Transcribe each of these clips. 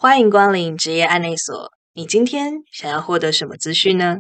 欢迎光临职业案内所，你今天想要获得什么资讯呢？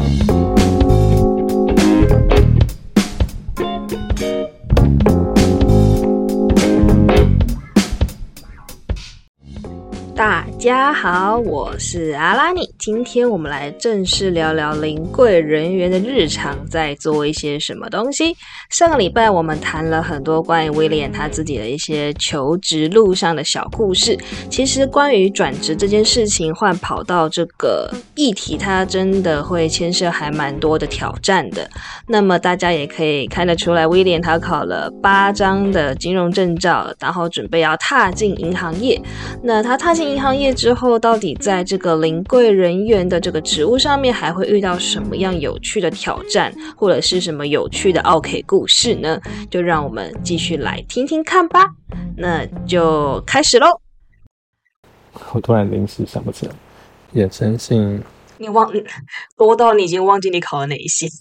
大家好，我是阿拉尼。今天我们来正式聊聊临柜人员的日常在做一些什么东西。上个礼拜我们谈了很多关于威廉他自己的一些求职路上的小故事。其实关于转职这件事情，换跑道这个议题，它真的会牵涉还蛮多的挑战的。那么大家也可以看得出来，威廉他考了8张的金融证照，然后准备要踏进银行业。那他踏进银行业之后，到底在这个临柜人员的这个职务上面还会遇到什么样有趣的挑战，或者是什么有趣的OK故事呢？就让我们继续来听听看吧。那就开始咯。 我突然临时想不起来，衍生性你多到你已经忘记你考了哪一系？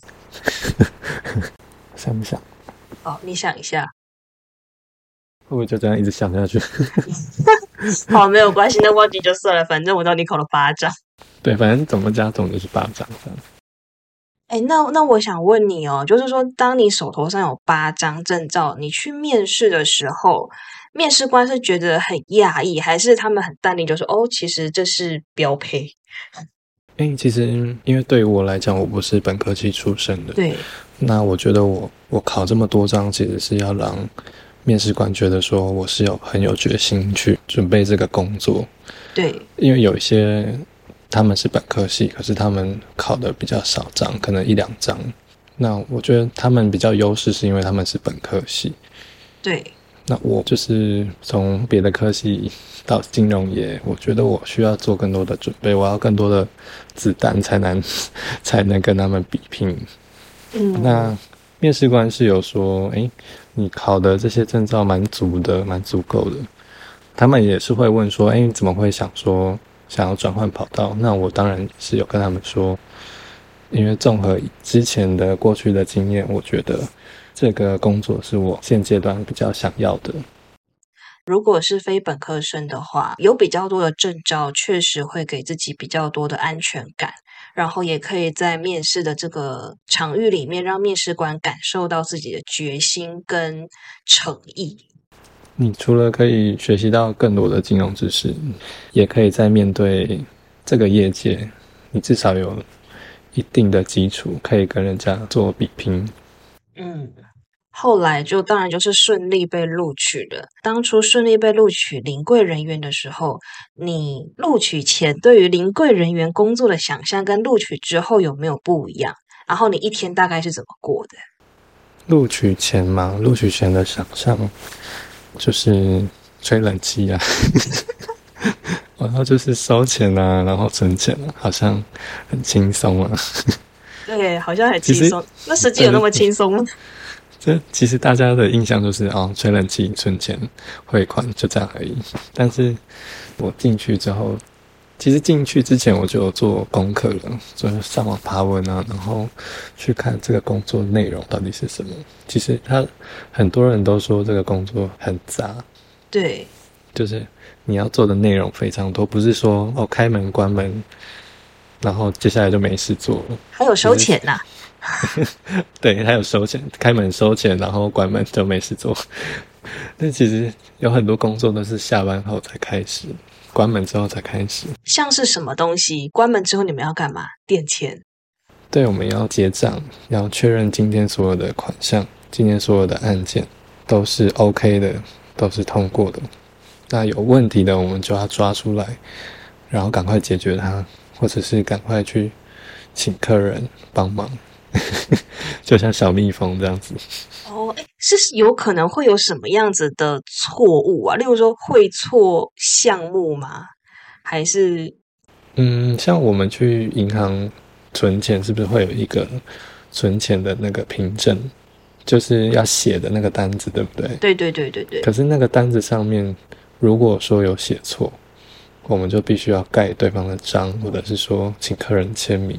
想不想？ 哦，你想一下。 会不会就这样一直想下去？ 好，没有关系，那忘记就算了，反正我知道你考了8张。 对，反正怎么加总就是8张这样。 那我想问你哦，就是说，当你手头上有8张证照，你去面试的时候，面试官是觉得很讶异，还是他们很淡定，就说哦，其实这是标配？ 其实因为对于我来讲，我不是本科系出身的， 对。 那我觉得我考这么多张，其实是要让面试官觉得说我是很有决心去准备这个工作。 对， 因为有一些他们是本科系，可是他们考的比较少张，可能1-2张。那我觉得他们比较优势是因为他们是本科系。对。那我就是从别的科系到金融业，我觉得我需要做更多的准备，我要更多的子弹才能跟他们比拼。那面试官是有说，你考的这些证照蛮足的，蛮足够的。他们也是会问说，你怎么会想要转换跑道？那我当然是有跟他们说，因为综合之前的过去的经验，我觉得这个工作是我现阶段比较想要的。 如果是非本科生的话，有比较多的证照，确实会给自己比较多的安全感，然后也可以在面试的这个场域里面，让面试官感受到自己的决心跟诚意。 你除了可以学习到更多的金融知识，也可以在面对这个业界，你至少有一定的基础，可以跟人家做比拼。 后来当然就是顺利被录取了。当初顺利被录取临柜人员的时候，你录取前对于临柜人员工作的想象跟录取之后有没有不一样？然后你一天大概是怎么过的？ 录取前嘛，录取前的想象就是吹冷气啊，然后就是收钱啊，然后存钱啊，好像很轻松啊。 对，好像很轻松。那实际有那么轻松吗？ 这其实大家的印象就是吹冷气、存钱、汇款就这样而已。但是我进去之后，其实进去之前我就有做功课了，就是上网爬文啊，然后去看这个工作内容到底是什么。其实很多人都说这个工作很杂， 对， 就是你要做的内容非常多，不是说开门关门，然后接下来就没事做了。 还有收钱啊。 对，还有收钱，开门收钱，然后关门就没事做。但其实有很多工作都是下班后才开始，关门之后才开始。 像是什么东西？关门之后你们要干嘛？垫钱？ 对，我们要结账，要确认今天所有的款项，今天所有的案件都是 OK 的，都是通过的。那有问题的我们就要抓出来，然后赶快解决它，或者是赶快去请客人帮忙。就像小蜜蜂这样子。 是有可能会有什么样子的错误啊？例如说汇错项目吗？还是像我们去银行存钱，是不是会有一个存钱的那个凭证，就是要写的那个单子，对不对？ 对。 可是那个单子上面，如果说有写错，我们就必须要盖对方的章，或者是说请客人签名。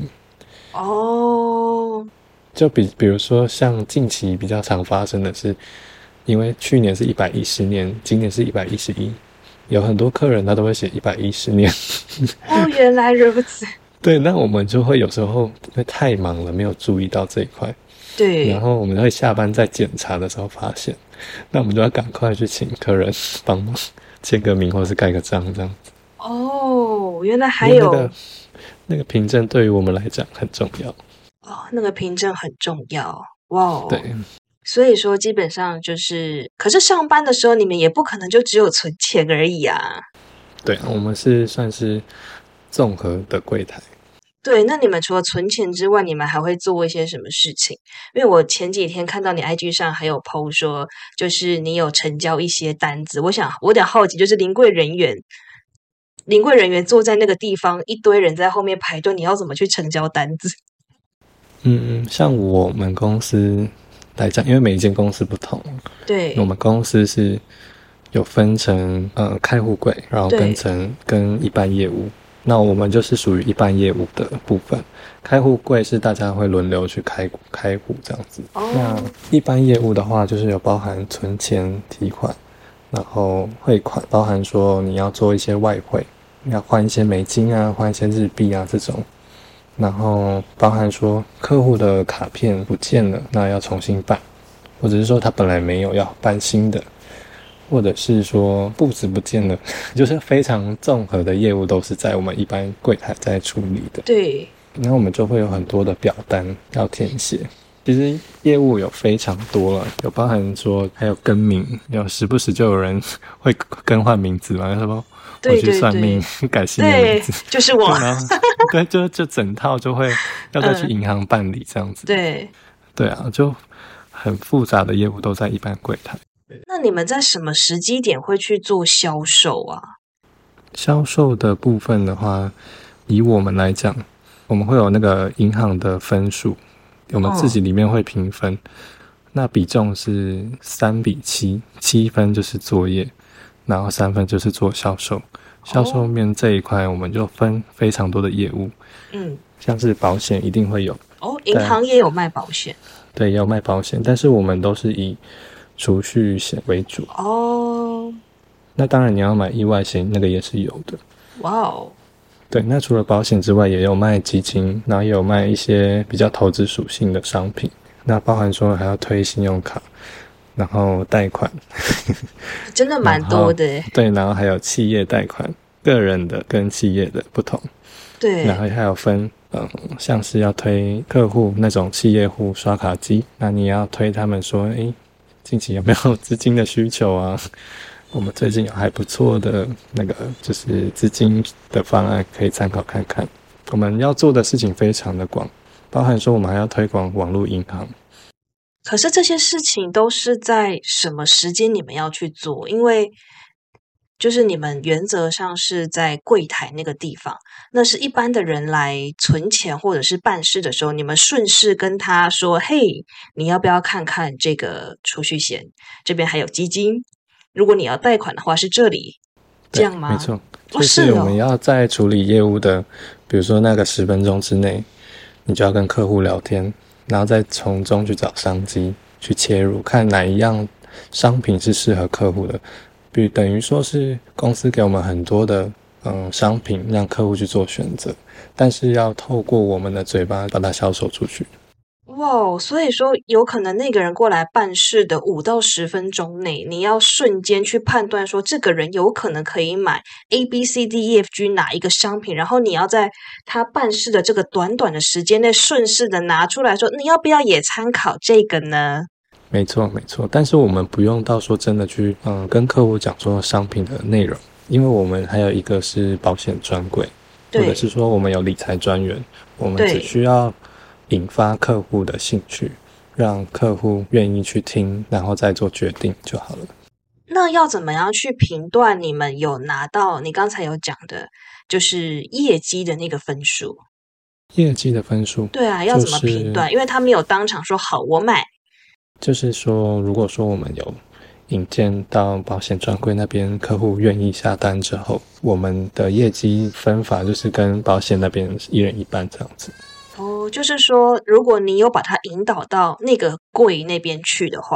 就比如说像近期比较常发生的是，因为去年是110年，今年是111， 有很多客人他都会写110年。 哦，原来如此。 对，那我们就会有时候因为太忙了，没有注意到这一块。 对， 然后我们会下班在检查的时候发现，那我们就要赶快去请客人帮忙签个名或是盖个章这样子。 哦，原来还有那个凭证对于我们来讲很重要。 哦，那个凭证很重要。哇哦。 对。 所以说基本上就是，可是上班的时候你们也不可能就只有存钱而已啊。 对，我们是算是综合的柜台。 对，那你们除了存钱之外，你们还会做一些什么事情？因为我前几天看到你 IG 上还有 PO 说，就是你有成交一些单子。我有点好奇，就是临柜人员坐在那个地方，一堆人在后面排队，你要怎么去成交单子？ 像我们公司来讲，因为每一间公司不同， 对， 我们公司是有分成开户柜，然后跟一般业务。那我们就是属于一般业务的部分，开户柜是大家会轮流去开户这样子。那一般业务的话，就是有包含存钱、提款，然后汇款，包含说你要做一些外汇，你要换一些美金啊，换一些日币啊这种。然后包含说客户的卡片不见了，那要重新办，或者是说他本来没有要办新的。或者是说布置不见了，就是非常综合的业务都是在我们一般柜台在处理的。 对， 然后我们就会有很多的表单要填写。其实业务有非常多了，有包含说还有更名，有时不时就有人会更换名字嘛，什么我去算命改新的名字， 就是我。 对，就整套就会要再去银行办理这样子。对啊，就很复杂的业务都在一般柜台。 那你们在什么时机点会去做销售啊？ 销售的部分的话，以我们来讲，我们会有那个银行的分数，我们自己里面会评分，那比重是3:7，7分就是作业，然后3分就是做销售。销售面这一块，我们就分非常多的业务，像是保险一定会有。 银行也有卖保险。 对，也有卖保险，但是我们都是以储蓄险为主。那当然你要买意外险，那个也是有的。 哇哦。 对，那除了保险之外，也有卖基金，然后也有卖一些比较投资属性的商品。那包含说还要推信用卡，然后贷款， 真的蛮多的耶。 对，然后还有企业贷款，个人的跟企业的不同。 对， 然后还有分像是要推客户那种企业户刷卡机，那你要推他们说近期有没有资金的需求啊？我们最近有还不错的那个就是资金的方案可以参考看看。我们要做的事情非常的广，包含说我们还要推广网络银行。 可是这些事情都是在什么时间你们要去做？因为就是你们原则上是在柜台那个地方，那是一般的人来存钱或者是办事的时候，你们顺势跟他说：“嘿，你要不要看看这个储蓄险？这边还有基金。如果你要贷款的话，是这里。”这样吗？ 没错，就是我们要在处理业务的，比如说那个10分钟之内，你就要跟客户聊天，然后再从中去找商机去切入，看哪一样商品是适合客户的。等于说是公司给我们很多的商品让客户去做选择，但是要透过我们的嘴巴把它销售出去。 哇，所以说有可能那个人过来办事的5到10分钟内，你要瞬间去判断说这个人有可能可以买 ABCDEFG 哪一个商品，然后你要在他办事的这个短短的时间内顺势的拿出来说，你要不要也参考这个呢？ 没错，但是我们不用到说真的去跟客户讲说商品的内容，因为我们还有一个是保险专柜，或者是说我们有理财专员，我们只需要引发客户的兴趣，让客户愿意去听，然后再做决定就好了。 那要怎么样去评断你们有拿到你刚才有讲的就是业绩的那个分数？ 业绩的分数？ 对啊，要怎么评断？因为他没有当场说好我买。 就是说如果说我们有引荐到保险专柜那边，客户愿意下单之后，我们的业绩分法就是跟保险那边一人一半这样子。 就是说如果你有把它引导到那个柜那边去的话，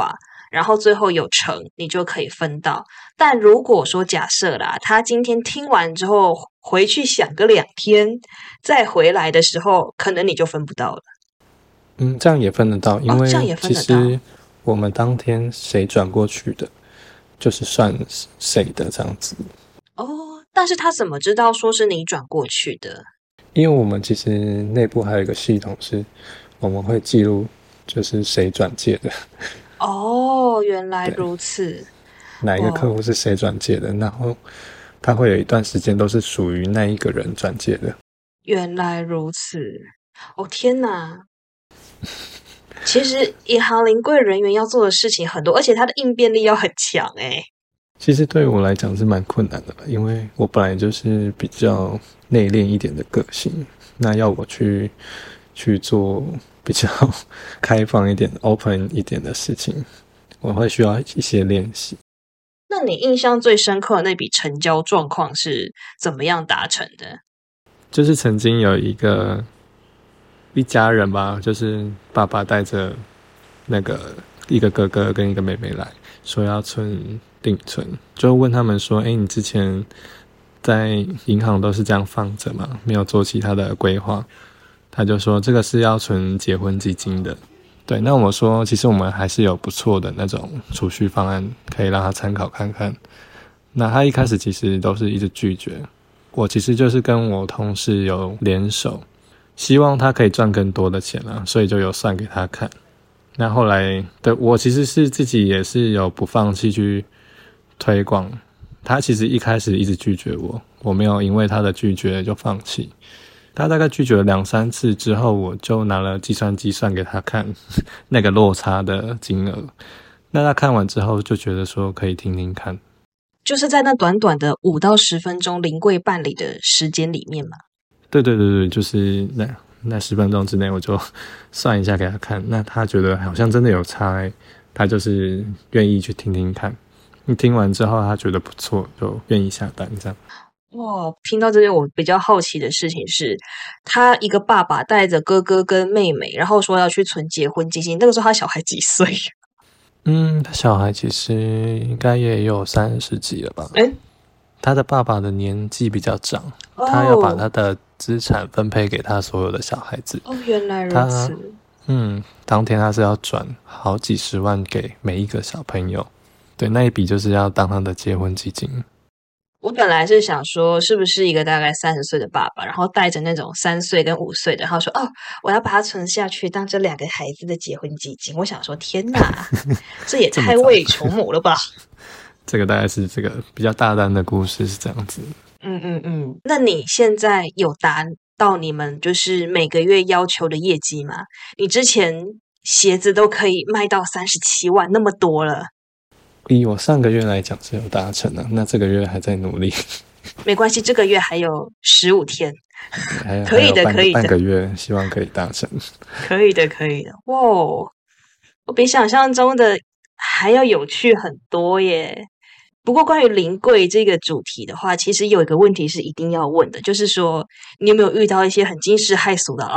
然后最后有成，你就可以分到。但如果说假设啦，他今天听完之后回去想个2天，再回来的时候，可能你就分不到了。 这样也分得到，因为这样也分其得到。 实我们当天谁转过去的，就是算谁的这样子。 但是他怎么知道说是你转过去的？ 因为我们其实内部还有一个系统是，我们会记录就是谁转借的。 原来如此。 哪一个客户是谁转借的，然后他会有一段时间都是属于那一个人转借的。 原来如此。天哪！其实银行临柜人员要做的事情很多，而且他的应变力要很强欸。 其实对我来讲是蛮困难的吧，因为我本来就是比较内敛一点的个性，那要我去做比较开放一点 open 一点的事情，我会需要一些练习。 那你印象最深刻的那笔成交状况是怎么样达成的？ 就是曾经有一家人吧，就是爸爸带着一个哥哥跟一个妹妹来说要存定存，就问他们说，你之前在银行都是这样放着吗？没有做其他的规划？他就说这个是要存结婚基金的。对，那我说其实我们还是有不错的那种储蓄方案可以让他参考看看。那他一开始其实都是一直拒绝，我其实就是跟我同事有联手，希望他可以赚更多的钱啊，所以就有算给他看。那后来对我其实是自己也是有不放弃去推广，他其实一开始一直拒绝我没有因为他的拒绝就放弃。他大概拒绝了2-3次之后，我就拿了计算机算给他看那个落差的金额。那他看完之后就觉得说可以听听看， 就是在那短短的5到10分钟临柜办理的时间里面嘛。 对，就是那10分钟之内我就算一下给他看，那他觉得好像真的有差他就是愿意去听听看。你听完之后他觉得不错，就愿意下单这样。 听到这边我比较好奇的事情是，他一个爸爸带着哥哥跟妹妹，然后说要去存结婚基金，那个时候他小孩几岁？ 他小孩其实应该也有30几了吧。他的爸爸的年纪比较长，他要把他的资产分配给他所有的小孩子。 原来如此。 当天他是要转好几10万给每一个小朋友。对，那一笔就是要当他的结婚基金。 我本来是想说，是不是一个大概30岁的爸爸，然后带着那种3岁跟5岁的，然后说我要把它存下去当这2个孩子的结婚基金。我想说，天哪，这也太未雨绸缪了吧！ 这个大概是这个比较大胆的故事是这样子。 那你现在有达到你们就是每个月要求的业绩吗？你之前鞋子都可以卖到37万，那么多了。 以我上个月来讲是有达成的，那这个月还在努力。 没关系，这个月还有15天， 可以的，半个月，希望可以达成。 可以的。我比想象中的还要有趣很多耶。不过关于临柜这个主题的话，其实有一个问题是一定要问的，就是说你有没有遇到一些很惊世骇俗的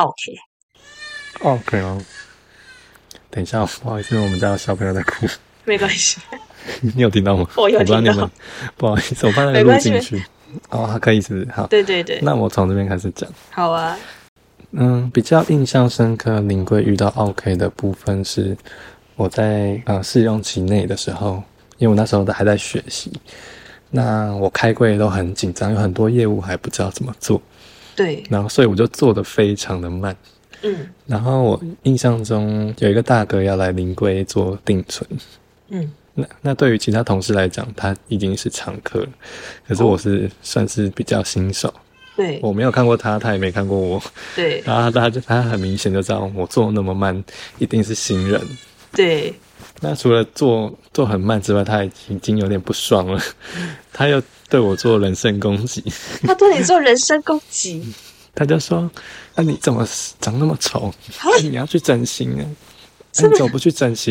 OK 哦？等一下，不好意思，我们家的小朋友在哭。 没关系。 你有听到吗？ 我有听到。 我不知道你们，不好意思，我怕那个录进去。可以是不是？好， 对。 那我从这边开始讲。 好啊。 比较印象深刻临柜遇到 OK 的部分是我在试用期内的时候，因为我那时候还在学习，那我开柜都很紧张，有很多业务还不知道怎么做。 对。 然后所以我就做得非常的慢。然后我印象中有一个大哥要来临柜做定存。那对于其他同事来讲，他已经是常客了，可是我是算是比较新手。 对， 我没有看过他，他也没看过我。 对， 然后他很明显就知道我做那么慢，一定是新人。 对。 那除了做很慢之外，他已经有点不爽了，他又对我做人身攻击。 他对你做人身攻击？ 他就说：“你怎么长那么丑？你要去整形啊！你怎么不去整形？”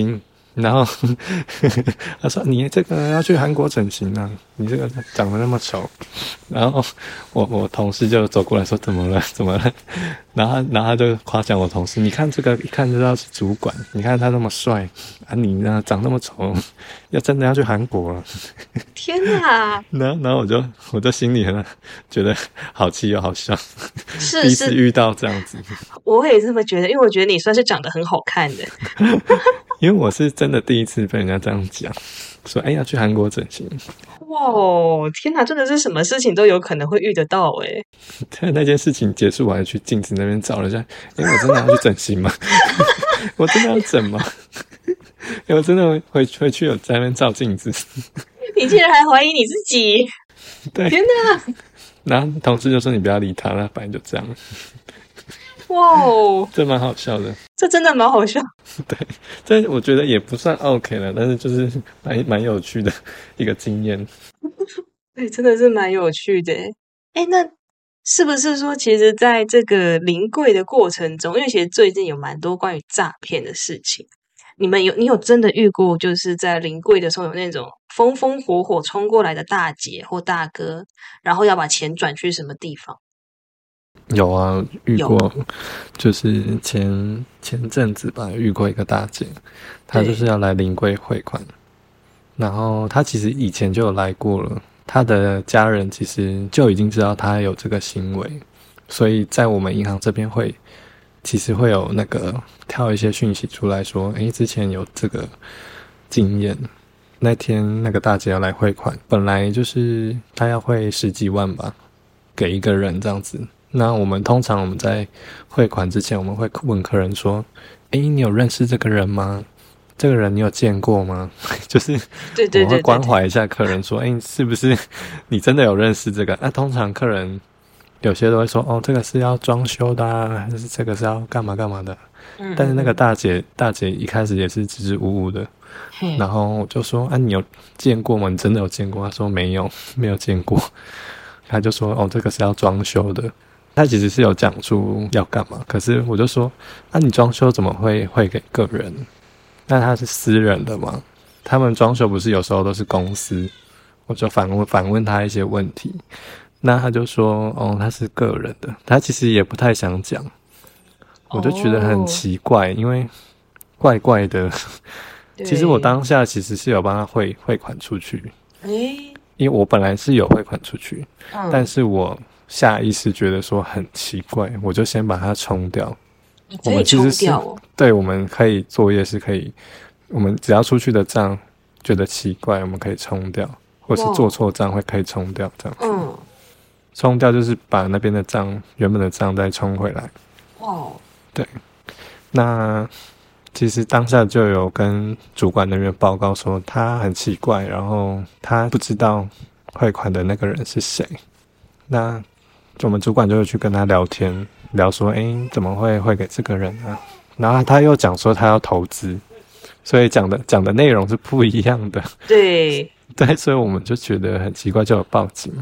然后他说你这个要去韩国整形啊，你这个长得那么丑。然后我同事就走过来说怎么了怎么了，然后他就夸奖我同事，你看这个一看就知道是主管，你看他那么帅啊，你呢长那么丑，真的要去韩国了。 天哪！ 然后我就心里很觉得好气又好笑， 是第一次遇到这样子。 我也这么觉得，因为我觉得你算是长得很好看的。 因为我是真的第一次被人家这样讲，说要去韩国整形。 哇哦，天哪，真的是什么事情都有可能会遇得到诶。 那件事情结束，我还去镜子那边照了一下，我真的要去整形吗？我真的要整吗？我真的回去有在那边照镜子。 你竟然还怀疑你自己？ 对， 天哪！ 然后同事就说你不要理他，那反正就这样。 哇哦， 这蛮好笑的， 这真的蛮好笑。 对，这我觉得也不算 OK 了，但是就是蛮有趣的一个经验。 对，真的是蛮有趣的。那是不是说，其实在这个临柜的过程中，因为其实最近有蛮多关于诈骗的事情，你有真的遇过，就是在临柜的时候有那种风风火火冲过来的大姐或大哥，然后要把钱转去什么地方？ 有啊，遇过，就是前阵子吧，遇过一个大姐，她就是要来临柜汇款，然后她其实以前就有来过了，她的家人其实就已经知道她有这个行为，所以在我们银行这边其实会有那个跳一些讯息出来说，之前有这个经验。那天那个大姐要来汇款，本来就是她要汇10几万吧，给一个人这样子。那通常我们在汇款之前，我们会问客人说：“你有认识这个人吗？这个人你有见过吗？”就是我们会关怀一下客人说：“是不是你真的有认识这个？”那通常客人有些都会说：“这个是要装修的啊，还是这个是要干嘛干嘛的？”但是那个大姐一开始也是支支吾吾的，然后我就说：“你有见过吗？你真的有见过？”她说：“没有见过。”她就说：“这个是要装修的。”他其实是有讲出要干嘛，可是我就说，你装修怎么会汇给个人？那他是私人的吗？他们装修不是有时候都是公司？我就反问他一些问题，那他就说，他是个人的，他其实也不太想讲，我就觉得很奇怪，因为怪怪的。其实我当下其实是有帮他汇款出去，因为我本来是有汇款出去，但是我下意识觉得说很奇怪，我就先把它冲掉。 我们其实是对，我们可以作业是可以，我们只要出去的账觉得奇怪，我们可以冲掉，或是做错账可以冲掉这样子。冲掉就是把那边的账原本的账再冲回来。对，那其实当下就有跟主管那边报告说他很奇怪，然后他不知道汇款的那个人是谁。那我们主管就会去跟他聊天，聊说怎么会汇给这个人啊？然后他又讲说他要投资，所以讲的内容是不一样的。 对， 所以我们就觉得很奇怪，就有报警。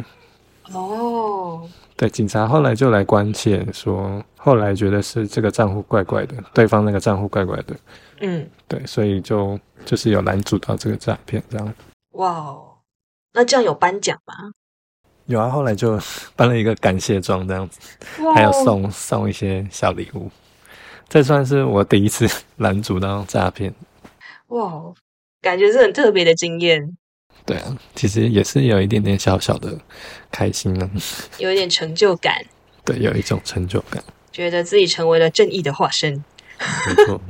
对，警察后来就来关切说，后来觉得是这个账户怪怪的，对方那个账户怪怪的。对，所以就是有拦阻到这个诈骗这样。 那这样有颁奖吗？ 有啊，后来就颁了一个感谢状这样子，还有送一些小礼物。这算是我第一次拦阻到诈骗。 感觉是很特别的经验。 对啊，其实也是有一点点小小的开心呢， 有一点成就感。 对，有一种成就感， 觉得自己成为了正义的化身。 没错。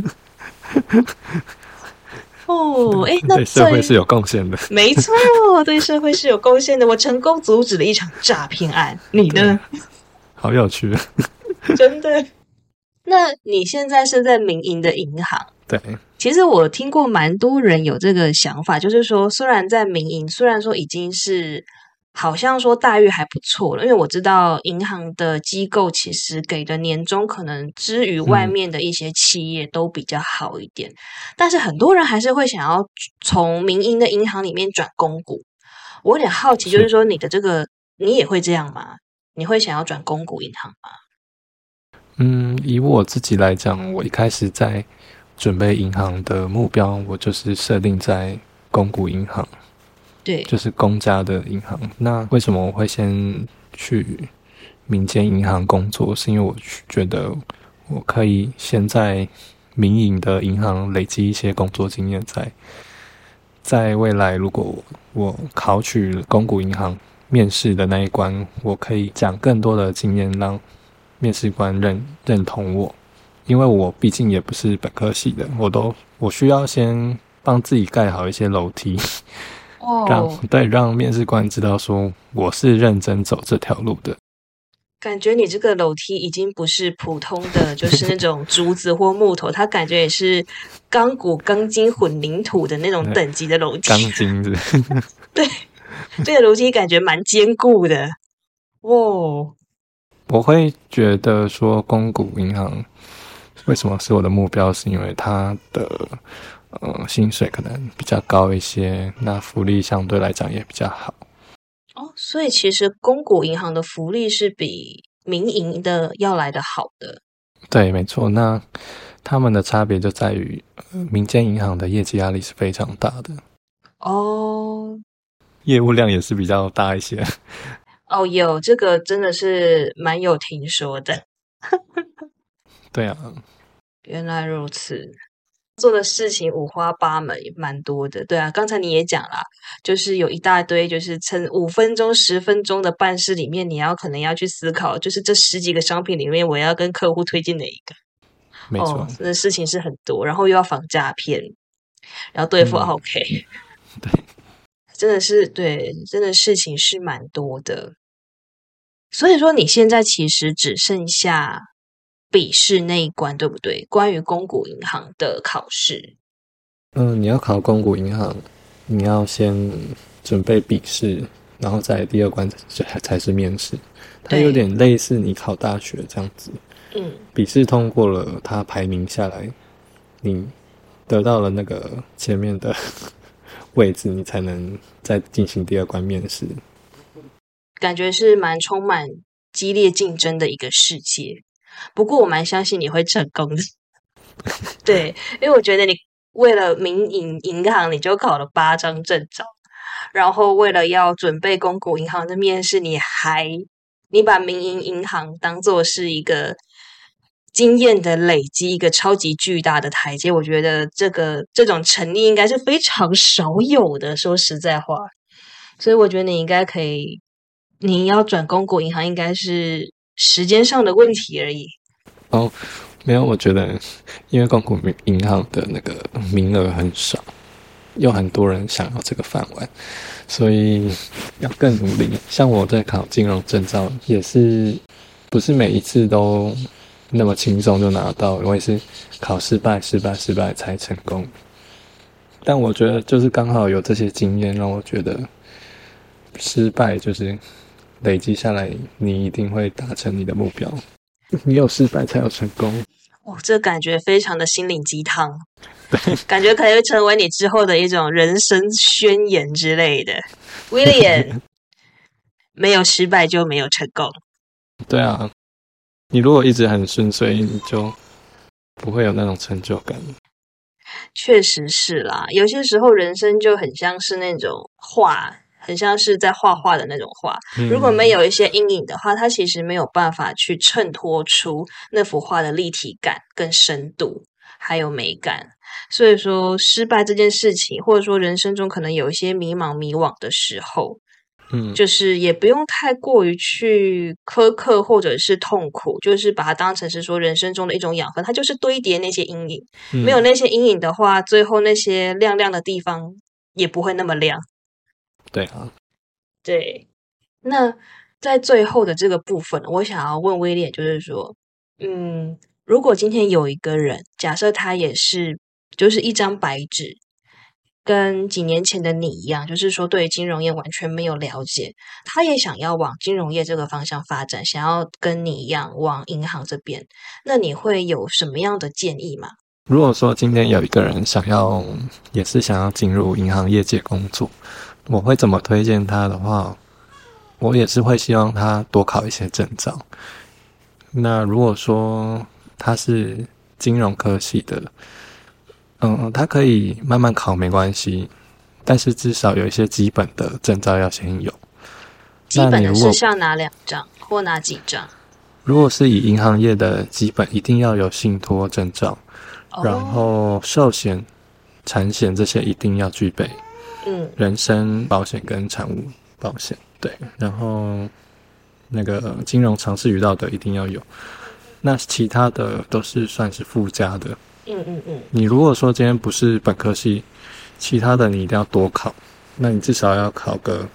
那对社会是有贡献的。 没错，对社会是有贡献的。我成功阻止了一场诈骗案，你呢？ 好有趣。 真的。那你现在是在民营的银行？ 对。 其实我听过蛮多人有这个想法，就是说虽然在民营，虽然说已经是好像说待遇还不错了，因为我知道银行的机构其实给的年终可能之于外面的一些企业都比较好一点，但是很多人还是会想要从民营的银行里面转公股。我有点好奇，就是说你的这个你也会这样吗？你会想要转公股银行吗？ 以我自己来讲，我一开始在准备银行的目标，我就是设定在公股银行， 对， 就是公家的银行。那为什么我会先去民间银行工作？是因为我觉得我可以先在民营的银行累积一些工作经验，在未来如果我考取公股银行面试的那一关，我可以讲更多的经验，让面试官认同我。因为我毕竟也不是本科系的，我需要先帮自己盖好一些楼梯，让面试官知道说我是认真走这条路的。 感觉你这个楼梯已经不是普通的，就是那种竹子或木头，它感觉也是钢骨、钢筋混凝土的那种等级的楼梯。 钢筋是对，这个楼梯感觉蛮坚固的。哦， 我会觉得说公股银行为什么是我的目标，是因为它的薪水可能比较高一些，那福利相对来讲也比较好。 哦，所以其实公股银行的福利是比民营的要来的好的。 对，没错。那他们的差别就在于，民间银行的业绩压力是非常大的。 哦， 业务量也是比较大一些。 哦，有这个真的是蛮有听说的。 对啊， 原来如此。做的事情五花八门，也蛮多的。对啊，刚才你也讲啦，就是有一大堆，就是5分钟、10分钟的办事里面，你可能要去思考，就是这10几个商品里面，我要跟客户推荐哪一个？ 没错， 这事情是很多，然后又要防诈骗，然后对付 OK， 对， 真的是对，真的事情是蛮多的。所以说，你现在其实只剩下笔试那一关，对不对？关于公股银行的考试。 你要考公股银行，你要先准备笔试，然后再第2关才是面试。它有点类似你考大学这样子。笔试通过了，它排名下来，你得到了那个前面的位置，你才能再进行第2关面试。 感觉是蛮充满激烈竞争的一个世界，不过我蛮相信你会成功的。对，因为我觉得你为了民营银行，你就考了8张证照，然后为了要准备公股银行的面试，你把民营银行当作是一个经验的累积，一个超级巨大的台阶。我觉得这种成立应该是非常少有的，说实在话，所以我觉得你应该可以。你要转公股银行应该是时间上的问题而已。 哦，没有，我觉得因为公股银行的那个名额很少，有很多人想要这个饭碗，所以要更努力。像我在考金融证照，也是不是每一次都那么轻松就拿到，我也是考失败才成功。但我觉得就是刚好有这些经验，让我觉得失败就是累积下来，你一定会达成你的目标。你有失败才有成功。 这感觉非常的心灵鸡汤，感觉可以成为你之后的一种人生宣言之类的。William， 没有失败就没有成功。 对啊，你如果一直很顺遂，你就不会有那种成就感。 确实是啦，有些时候人生就很像是那种很像是在画画的那种画，如果没有一些阴影的话，它其实没有办法去衬托出那幅画的立体感、跟深度，还有美感。所以说，失败这件事情，或者说人生中可能有一些迷茫、迷惘的时候，就是也不用太过于去苛刻或者是痛苦，就是把它当成是说人生中的一种养分，它就是堆叠那些阴影。没有那些阴影的话，最后那些亮亮的地方也不会那么亮。 对啊， 对。那在最后的这个部分，我想要问威廉，就是说，如果今天有一个人，假设他也是就是一张白纸，跟几年前的你一样，就是说对金融业完全没有了解，他也想要往金融业这个方向发展，想要跟你一样往银行这边，那你会有什么样的建议吗？ 如果说今天有一个人也是想要进入银行业界工作，我会怎么推荐他的话，我也是会希望他多考一些证照。那如果说他是金融科系的， 它可以慢慢考没关系，但是至少有一些基本的证照要先有。 基本的是像哪2张或哪几张？ 如果是以银行业的基本，一定要有信托证照，然后寿险、产险这些一定要具备。人身保险跟产物保险，对，然后那个金融常识与道德一定要有。那其他的都是算是附加的。你如果说今天不是本科系，其他的你一定要多考，那你至少要考个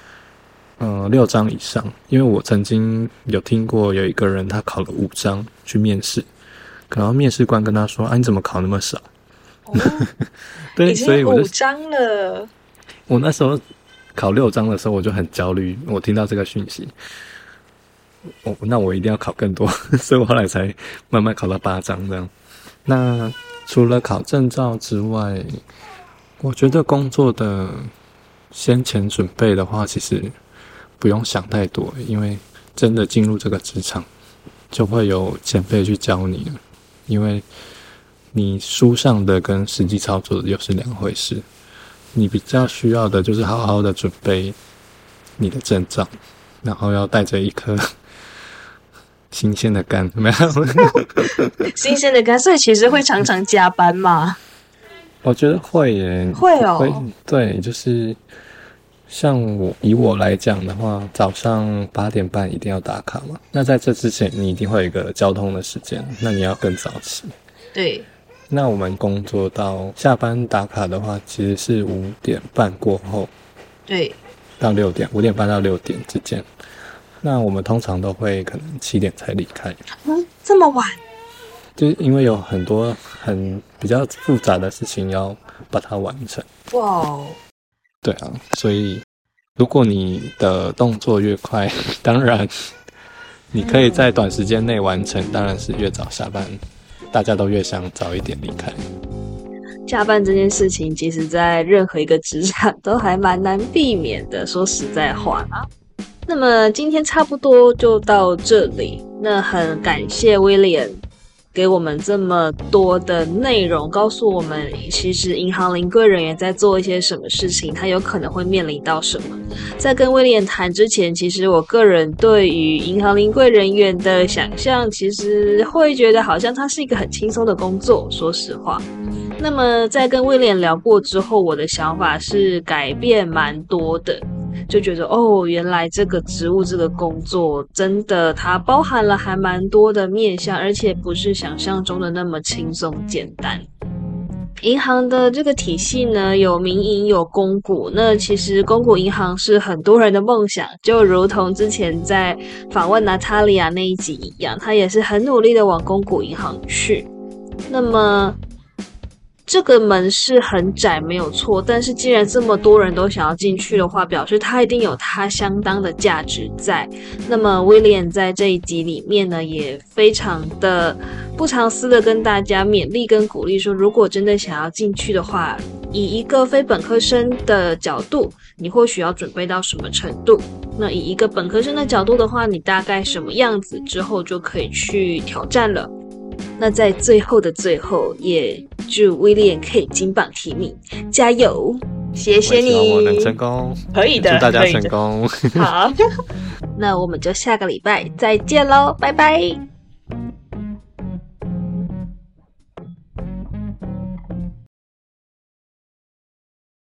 6张以上。因为我曾经有听过有一个人他考了5张去面试，然后面试官跟他说：“你怎么考那么少？”对，所以我就 5张了。 我那时候考6张的时候，我就很焦虑。我听到这个讯息，那我一定要考更多，所以我后来才慢慢考到8张这样。那除了考证照之外，我觉得工作的先前准备的话，其实不用想太多，因为真的进入这个职场，就会有前辈去教你了。因为你书上的跟实际操作的又是2回事。你比较需要的就是好好的准备你的证照，然后要带着一颗新鲜的肝，没有？ 新鲜的肝，所以其实会常常加班吗？ 我觉得会耶， 会哦。 会，对，就是像以我来讲的话，早上8点半一定要打卡嘛。那在这之前，你一定会有一个交通的时间，那你要更早起。 对。 那我们工作到下班打卡的话，其实是5点半过后， 对， 到6点，5点半到6点之间。那我们通常都会可能7点才离开。 这么晚？ 就是因为有很多比较复杂的事情要把它完成。 哇， 对啊，所以如果你的动作越快，当然你可以在短时间内完成，当然是越早下班。大家都越想早一点离开。 加班这件事情，其实在任何一个职场都还蛮难避免的，说实在话啦。那么今天差不多就到这里，那很感谢 William 给我们这么多的内容，告诉我们其实银行临柜人员在做一些什么事情，他有可能会面临到什么。在跟威廉谈之前，其实我个人对于银行临柜人员的想象，其实会觉得好像它是一个很轻松的工作，说实话。那么在跟威廉聊过之后，我的想法是改变蛮多的，就觉得原来这个职务这个工作真的它包含了还蛮多的面向，而且不是想象中的那么轻松简单。银行的这个体系呢，有民营有公股，那其实公股银行是很多人的梦想，就如同之前在访问娜塔莉亚那一集一样，她也是很努力的往公股银行去。那么这个门是很窄没有错，但是既然这么多人都想要进去的话，表示它一定有它相当的价值在。那么威廉在这一集里面呢，也非常的不藏私的跟大家勉励跟鼓励说，如果真的想要进去的话，以一个非本科生的角度，你或许要准备到什么程度，那以一个本科生的角度的话，你大概什么样子之后就可以去挑战了。那在最后的最后，也祝威廉可以金榜题名，加油！谢谢你， 我希望我能成功， 可以的， 祝大家成功。 好，那我们就下个礼拜再见咯，拜拜。